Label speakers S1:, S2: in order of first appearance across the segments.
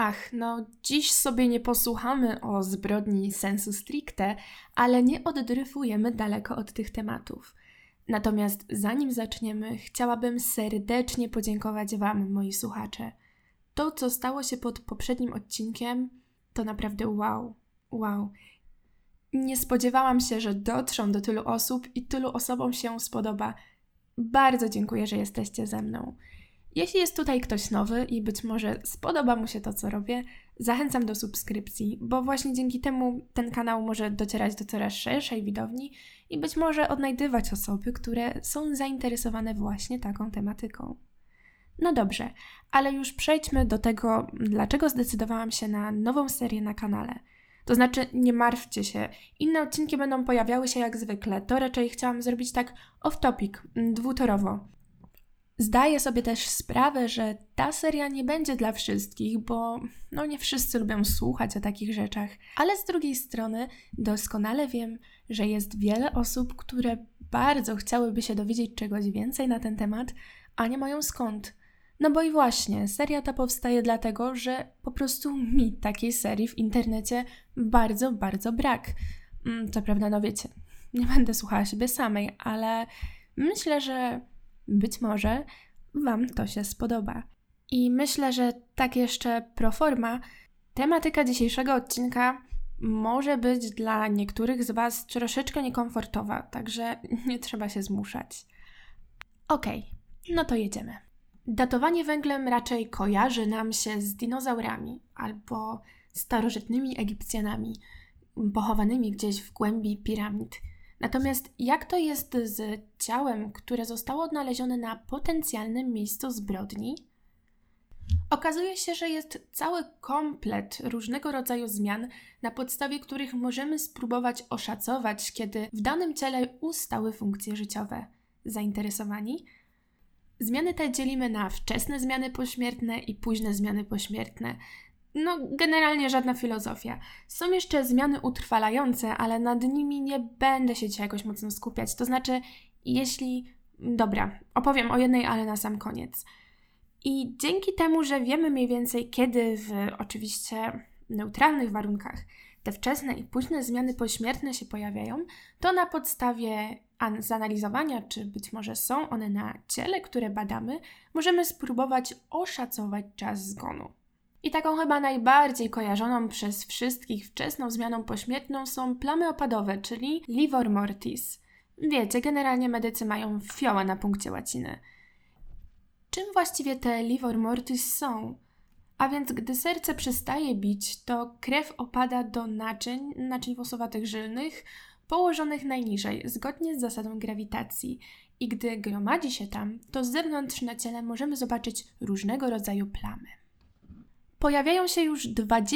S1: Dziś sobie nie posłuchamy o zbrodni sensu stricte, ale nie oddryfujemy daleko od tych tematów. Natomiast zanim zaczniemy, chciałabym serdecznie podziękować Wam, moi słuchacze. To, co stało się pod poprzednim odcinkiem, to naprawdę wow. Nie spodziewałam się, że dotrzą do tylu osób i tylu osobom się spodoba. Bardzo dziękuję, że jesteście ze mną. Jeśli jest tutaj ktoś nowy i być może spodoba mu się to, co robię, zachęcam do subskrypcji, bo właśnie dzięki temu ten kanał może docierać do coraz szerszej widowni i być może odnajdywać osoby, które są zainteresowane właśnie taką tematyką. No dobrze, ale już przejdźmy do tego, dlaczego zdecydowałam się na nową serię na kanale. To znaczy, nie martwcie się, inne odcinki będą pojawiały się jak zwykle, to raczej chciałam zrobić tak off-topic, dwutorowo. Zdaję sobie też sprawę, że ta seria nie będzie dla wszystkich, bo nie wszyscy lubią słuchać o takich rzeczach, ale z drugiej strony doskonale wiem, że jest wiele osób, które bardzo chciałyby się dowiedzieć czegoś więcej na ten temat, a nie mają skąd. Bo i właśnie, seria ta powstaje dlatego, że po prostu mi takiej serii w internecie bardzo brak. Co prawda, wiecie, nie będę słuchała siebie samej, ale myślę, że być może Wam to się spodoba. I myślę, że tak jeszcze pro forma, tematyka dzisiejszego odcinka może być dla niektórych z Was troszeczkę niekomfortowa, także nie trzeba się zmuszać. Okej, to jedziemy. Datowanie węglem raczej kojarzy nam się z dinozaurami albo starożytnymi Egipcjanami, pochowanymi gdzieś w głębi piramid. Natomiast jak to jest z ciałem, które zostało odnalezione na potencjalnym miejscu zbrodni? Okazuje się, że jest cały komplet różnego rodzaju zmian, na podstawie których możemy spróbować oszacować, kiedy w danym ciele ustały funkcje życiowe. Zainteresowani? Zmiany te dzielimy na wczesne zmiany pośmiertne i późne zmiany pośmiertne. Generalnie żadna filozofia. Są jeszcze zmiany utrwalające, ale nad nimi nie będę się dzisiaj jakoś mocno skupiać. To znaczy, opowiem o jednej, ale na sam koniec. I dzięki temu, że wiemy mniej więcej kiedy w oczywiście neutralnych warunkach te wczesne i późne zmiany pośmiertne się pojawiają, to na podstawie zanalizowania, czy być może są one na ciele, które badamy, możemy spróbować oszacować czas zgonu. I taką chyba najbardziej kojarzoną przez wszystkich wczesną zmianą pośmiertną są plamy opadowe, czyli livor mortis. Wiecie, generalnie medycy mają fioła na punkcie łaciny. Czym właściwie te livor mortis są? A więc gdy serce przestaje bić, to krew opada do naczyń włosowatych żylnych, położonych najniżej, zgodnie z zasadą grawitacji. I gdy gromadzi się tam, to z zewnątrz na ciele możemy zobaczyć różnego rodzaju plamy. Pojawiają się już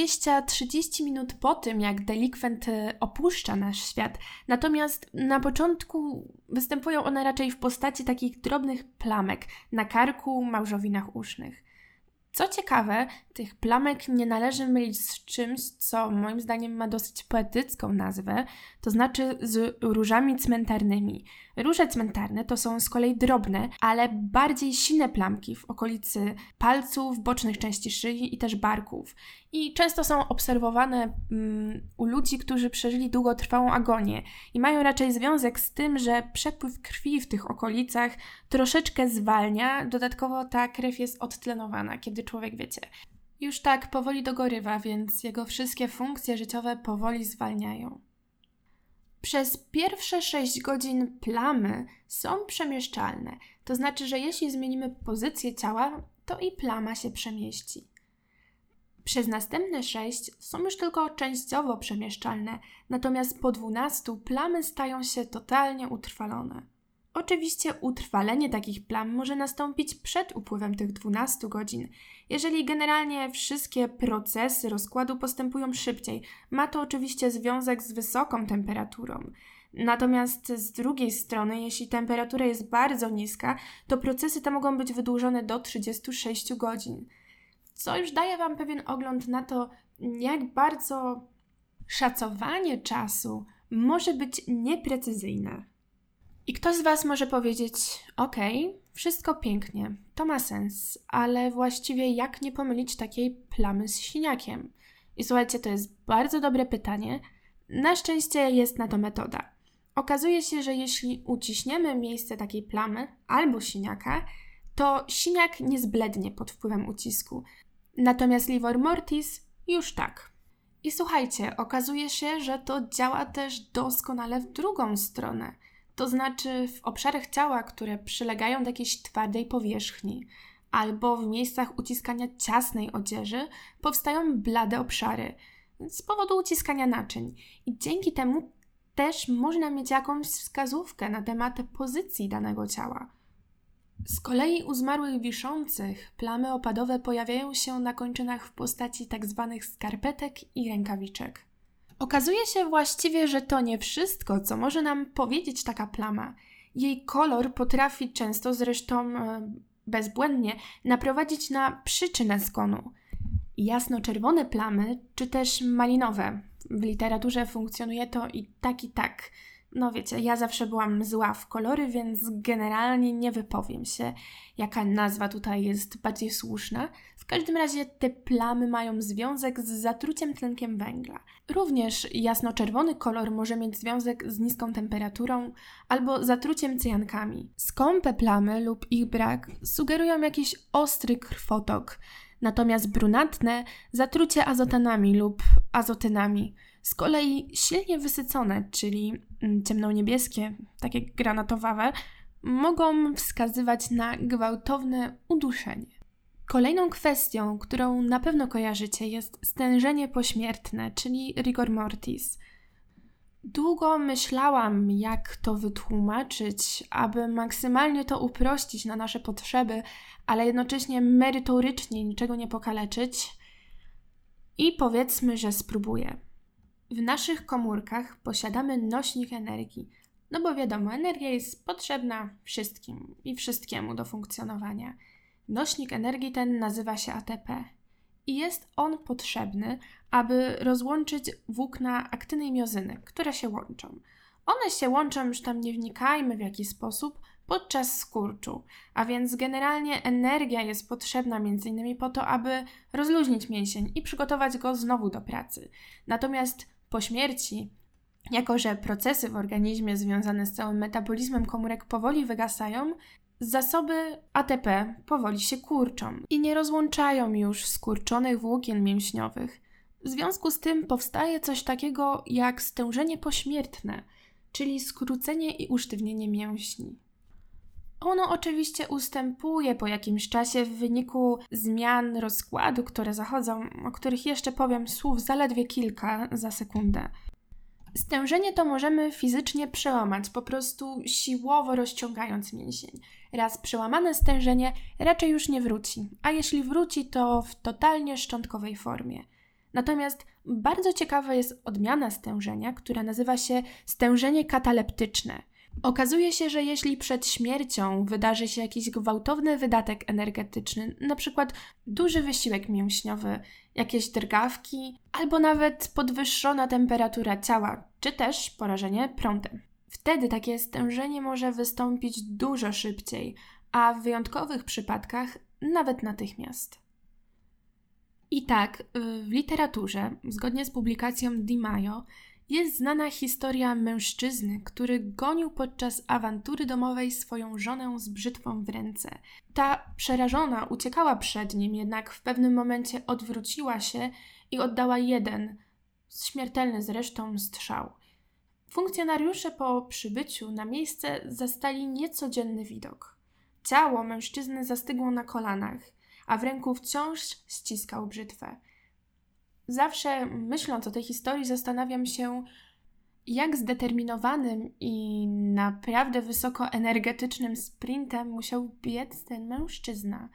S1: 20-30 minut po tym, jak delikwent opuszcza nasz świat, natomiast na początku występują one raczej w postaci takich drobnych plamek na karku, małżowinach usznych. Co ciekawe, tych plamek nie należy mylić z czymś, co moim zdaniem ma dosyć poetycką nazwę, to znaczy z różami cmentarnymi. Róże cmentarne to są z kolei drobne, ale bardziej silne plamki w okolicy palców, bocznych części szyi i też barków. I często są obserwowane u ludzi, którzy przeżyli długotrwałą agonię i mają raczej związek z tym, że przepływ krwi w tych okolicach troszeczkę zwalnia, dodatkowo ta krew jest odtlenowana, kiedy człowiek, już tak powoli dogorywa, więc jego wszystkie funkcje życiowe powoli zwalniają. Przez pierwsze 6 godzin plamy są przemieszczalne, to znaczy, że jeśli zmienimy pozycję ciała, to i plama się przemieści. Przez następne 6 są już tylko częściowo przemieszczalne, natomiast po 12 plamy stają się totalnie utrwalone. Oczywiście utrwalenie takich plam może nastąpić przed upływem tych 12 godzin, jeżeli generalnie wszystkie procesy rozkładu postępują szybciej. Ma to oczywiście związek z wysoką temperaturą. Natomiast z drugiej strony, jeśli temperatura jest bardzo niska, to procesy te mogą być wydłużone do 36 godzin. Co już daje Wam pewien ogląd na to, jak bardzo szacowanie czasu może być nieprecyzyjne. I ktoś z Was może powiedzieć, okej, wszystko pięknie, to ma sens, ale właściwie jak nie pomylić takiej plamy z siniakiem? I słuchajcie, to jest bardzo dobre pytanie. Na szczęście jest na to metoda. Okazuje się, że jeśli uciśniemy miejsce takiej plamy albo siniaka, to siniak nie zblednie pod wpływem ucisku. Natomiast livor mortis już tak. I słuchajcie, okazuje się, że to działa też doskonale w drugą stronę. To znaczy w obszarach ciała, które przylegają do jakiejś twardej powierzchni, albo w miejscach uciskania ciasnej odzieży powstają blade obszary z powodu uciskania naczyń. I dzięki temu też można mieć jakąś wskazówkę na temat pozycji danego ciała. Z kolei u zmarłych wiszących plamy opadowe pojawiają się na kończynach w postaci tzw. skarpetek i rękawiczek. Okazuje się właściwie, że to nie wszystko, co może nam powiedzieć taka plama. Jej kolor potrafi często, zresztą bezbłędnie, naprowadzić na przyczynę zgonu. Jasno-czerwone plamy, czy też malinowe. W literaturze funkcjonuje to i tak. No wiecie, ja zawsze byłam zła w kolory, więc generalnie nie wypowiem się, jaka nazwa tutaj jest bardziej słuszna. W każdym razie te plamy mają związek z zatruciem tlenkiem węgla. Również jasno-czerwony kolor może mieć związek z niską temperaturą albo zatruciem cyjankami. Skąpe plamy lub ich brak sugerują jakiś ostry krwotok, natomiast brunatne zatrucie azotanami lub azotynami. Z kolei silnie wysycone, czyli ciemnoniebieskie, takie granatowawe, mogą wskazywać na gwałtowne uduszenie. Kolejną kwestią, którą na pewno kojarzycie, jest stężenie pośmiertne, czyli rigor mortis. Długo myślałam, jak to wytłumaczyć, aby maksymalnie to uprościć na nasze potrzeby, ale jednocześnie merytorycznie niczego nie pokaleczyć. I powiedzmy, że spróbuję. W naszych komórkach posiadamy nośnik energii, no bo wiadomo, energia jest potrzebna wszystkim i wszystkiemu do funkcjonowania. Nośnik energii ten nazywa się ATP i jest on potrzebny, aby rozłączyć włókna aktyny i miozyny, które się łączą. One się łączą, już tam nie wnikajmy w jaki sposób, podczas skurczu, a więc generalnie energia jest potrzebna m.in. po to, aby rozluźnić mięsień i przygotować go znowu do pracy. Natomiast po śmierci, jako że procesy w organizmie związane z całym metabolizmem komórek powoli wygasają, zasoby ATP powoli się kurczą i nie rozłączają już skurczonych włókien mięśniowych. W związku z tym powstaje coś takiego jak stężenie pośmiertne, czyli skrócenie i usztywnienie mięśni. Ono oczywiście ustępuje po jakimś czasie w wyniku zmian rozkładu, które zachodzą, o których jeszcze powiem słów zaledwie kilka za sekundę. Stężenie to możemy fizycznie przełamać, po prostu siłowo rozciągając mięsień. Raz przełamane stężenie raczej już nie wróci, a jeśli wróci, to w totalnie szczątkowej formie. Natomiast bardzo ciekawa jest odmiana stężenia, która nazywa się stężenie kataleptyczne. Okazuje się, że jeśli przed śmiercią wydarzy się jakiś gwałtowny wydatek energetyczny, np. duży wysiłek mięśniowy, jakieś drgawki, albo nawet podwyższona temperatura ciała, czy też porażenie prądem. Wtedy takie stężenie może wystąpić dużo szybciej, a w wyjątkowych przypadkach nawet natychmiast. I tak, w literaturze, zgodnie z publikacją Di Maio, jest znana historia mężczyzny, który gonił podczas awantury domowej swoją żonę z brzytwą w ręce. Ta przerażona uciekała przed nim, jednak w pewnym momencie odwróciła się i oddała jeden, śmiertelny zresztą, strzał. Funkcjonariusze po przybyciu na miejsce zastali niecodzienny widok. Ciało mężczyzny zastygło na kolanach, a w ręku wciąż ściskał brzytwę. Zawsze myśląc o tej historii zastanawiam się, jak zdeterminowanym i naprawdę wysoko energetycznym sprintem musiał biec ten mężczyzna.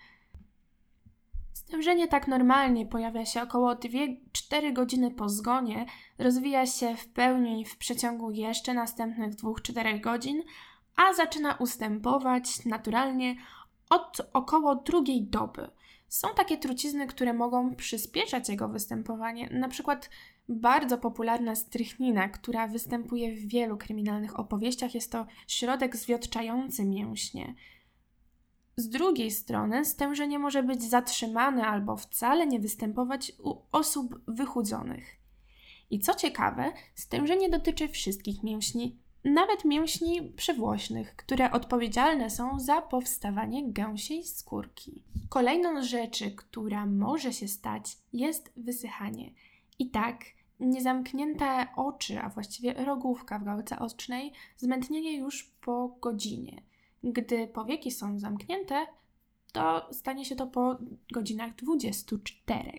S1: Stężenie tak normalnie pojawia się około 2-4 godziny po zgonie, rozwija się w pełni w przeciągu jeszcze następnych 2-4 godzin, a zaczyna ustępować naturalnie od około 2 doby. Są takie trucizny, które mogą przyspieszać jego występowanie, na przykład bardzo popularna strychnina, która występuje w wielu kryminalnych opowieściach. Jest to środek zwiotczający mięśnie. Z drugiej strony stężenie może być zatrzymane albo wcale nie występować u osób wychudzonych. I co ciekawe, stężenie dotyczy wszystkich mięśni, nawet mięśni przywłośnych, które odpowiedzialne są za powstawanie gęsiej skórki. Kolejną rzeczy, która może się stać, jest wysychanie. I tak, niezamknięte oczy, a właściwie rogówka w gałce ocznej, zmętnieje już po godzinie. Gdy powieki są zamknięte, to stanie się to po godzinach 24.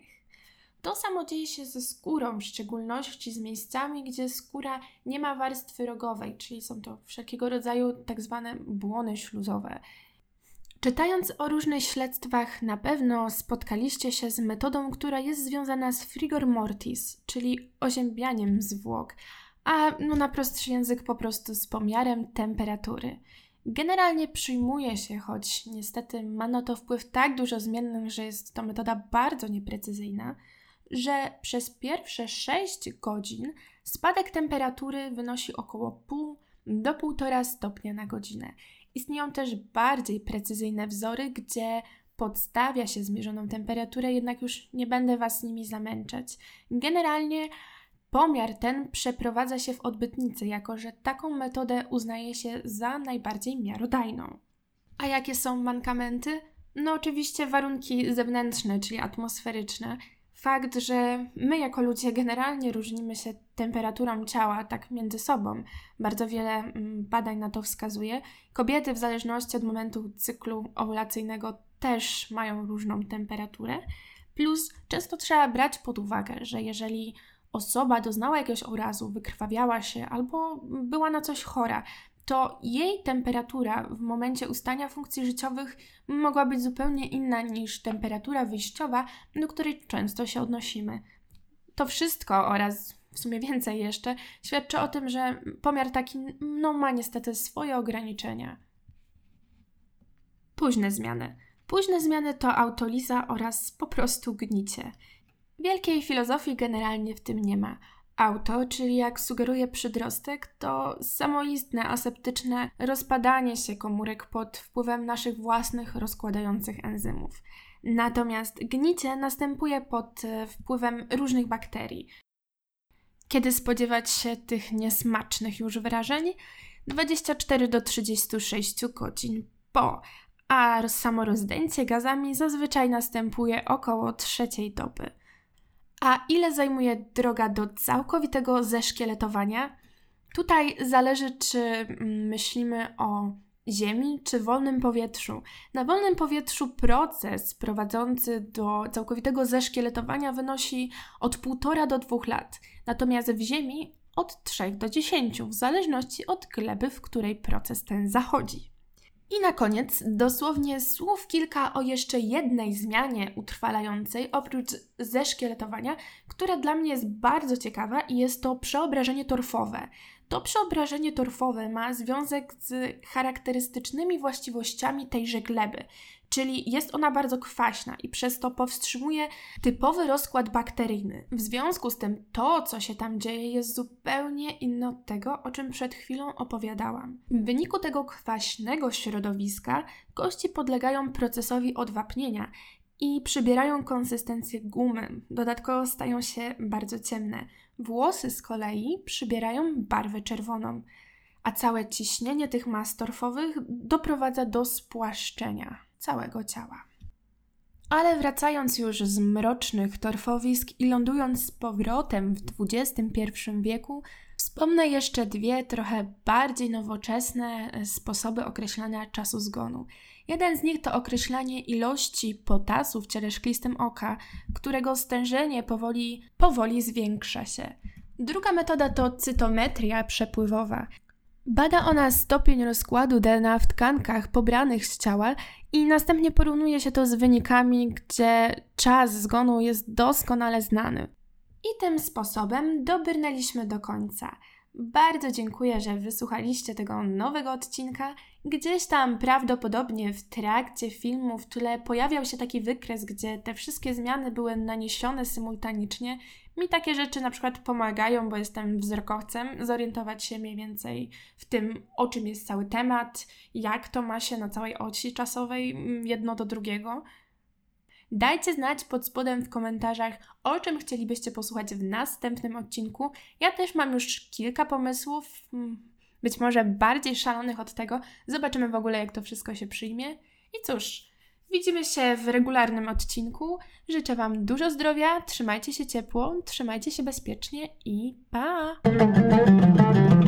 S1: To samo dzieje się ze skórą, w szczególności z miejscami, gdzie skóra nie ma warstwy rogowej, czyli są to wszelkiego rodzaju tak zwane błony śluzowe. Czytając o różnych śledztwach, na pewno spotkaliście się z metodą, która jest związana z frigor mortis, czyli oziębianiem zwłok, a na prostszy język po prostu z pomiarem temperatury. Generalnie przyjmuje się, choć niestety ma na to wpływ tak dużo zmiennych, że jest to metoda bardzo nieprecyzyjna, że przez pierwsze 6 godzin spadek temperatury wynosi około 0,5 do 1,5 stopnia na godzinę. Istnieją też bardziej precyzyjne wzory, gdzie podstawia się zmierzoną temperaturę, jednak już nie będę Was nimi zamęczać. Generalnie pomiar ten przeprowadza się w odbytnicy, jako że taką metodę uznaje się za najbardziej miarodajną. A jakie są mankamenty? Oczywiście warunki zewnętrzne, czyli atmosferyczne. Fakt, że my jako ludzie generalnie różnimy się temperaturą ciała tak między sobą. Bardzo wiele badań na to wskazuje. Kobiety w zależności od momentu cyklu owulacyjnego też mają różną temperaturę. Plus często trzeba brać pod uwagę, że jeżeli osoba doznała jakiegoś urazu, wykrwawiała się albo była na coś chora, to jej temperatura w momencie ustania funkcji życiowych mogła być zupełnie inna niż temperatura wyjściowa, do której często się odnosimy. To wszystko oraz w sumie więcej jeszcze świadczy o tym, że pomiar taki ma niestety swoje ograniczenia. Późne zmiany. Późne zmiany to autoliza oraz po prostu gnicie. Wielkiej filozofii generalnie w tym nie ma. Auto, czyli jak sugeruje przydrostek, to samoistne, aseptyczne rozpadanie się komórek pod wpływem naszych własnych rozkładających enzymów. Natomiast gnicie następuje pod wpływem różnych bakterii. Kiedy spodziewać się tych niesmacznych już wrażeń? 24 do 36 godzin po, a samo rozdęcie gazami zazwyczaj następuje około 3 doby. A ile zajmuje droga do całkowitego zeszkieletowania? Tutaj zależy, czy myślimy o ziemi, czy wolnym powietrzu. Na wolnym powietrzu proces prowadzący do całkowitego zeszkieletowania wynosi od 1,5 do 2 lat, natomiast w ziemi od 3 do 10, w zależności od gleby, w której proces ten zachodzi. I na koniec dosłownie słów kilka o jeszcze jednej zmianie utrwalającej oprócz zeszkieletowania, która dla mnie jest bardzo ciekawa i jest to przeobrażenie torfowe. To przeobrażenie torfowe ma związek z charakterystycznymi właściwościami tejże gleby, czyli jest ona bardzo kwaśna i przez to powstrzymuje typowy rozkład bakteryjny. W związku z tym to, co się tam dzieje, jest zupełnie inne od tego, o czym przed chwilą opowiadałam. W wyniku tego kwaśnego środowiska kości podlegają procesowi odwapnienia i przybierają konsystencję gumy. Dodatkowo stają się bardzo ciemne. Włosy z kolei przybierają barwę czerwoną, a całe ciśnienie tych mas torfowych doprowadza do spłaszczenia całego ciała. Ale wracając już z mrocznych torfowisk i lądując z powrotem w XXI wieku, wspomnę jeszcze 2 trochę bardziej nowoczesne sposoby określania czasu zgonu. Jeden z nich to określanie ilości potasu w ciele szklistym oka, którego stężenie powoli zwiększa się. Druga metoda to cytometria przepływowa. Bada ona stopień rozkładu DNA w tkankach pobranych z ciała i następnie porównuje się to z wynikami, gdzie czas zgonu jest doskonale znany. I tym sposobem dobrnęliśmy do końca. Bardzo dziękuję, że wysłuchaliście tego nowego odcinka Gdzieś tam prawdopodobnie w trakcie filmu w tle pojawiał się taki wykres, gdzie te wszystkie zmiany były naniesione symultanicznie. Mi takie rzeczy na przykład pomagają, bo jestem wzrokowcem, zorientować się mniej więcej w tym, o czym jest cały temat, jak to ma się na całej osi czasowej jedno do drugiego. Dajcie znać pod spodem w komentarzach, o czym chcielibyście posłuchać w następnym odcinku. Ja też mam już kilka pomysłów, być może bardziej szalonych od tego. Zobaczymy w ogóle, jak to wszystko się przyjmie. I cóż, widzimy się w regularnym odcinku. Życzę Wam dużo zdrowia, trzymajcie się ciepło, trzymajcie się bezpiecznie i pa!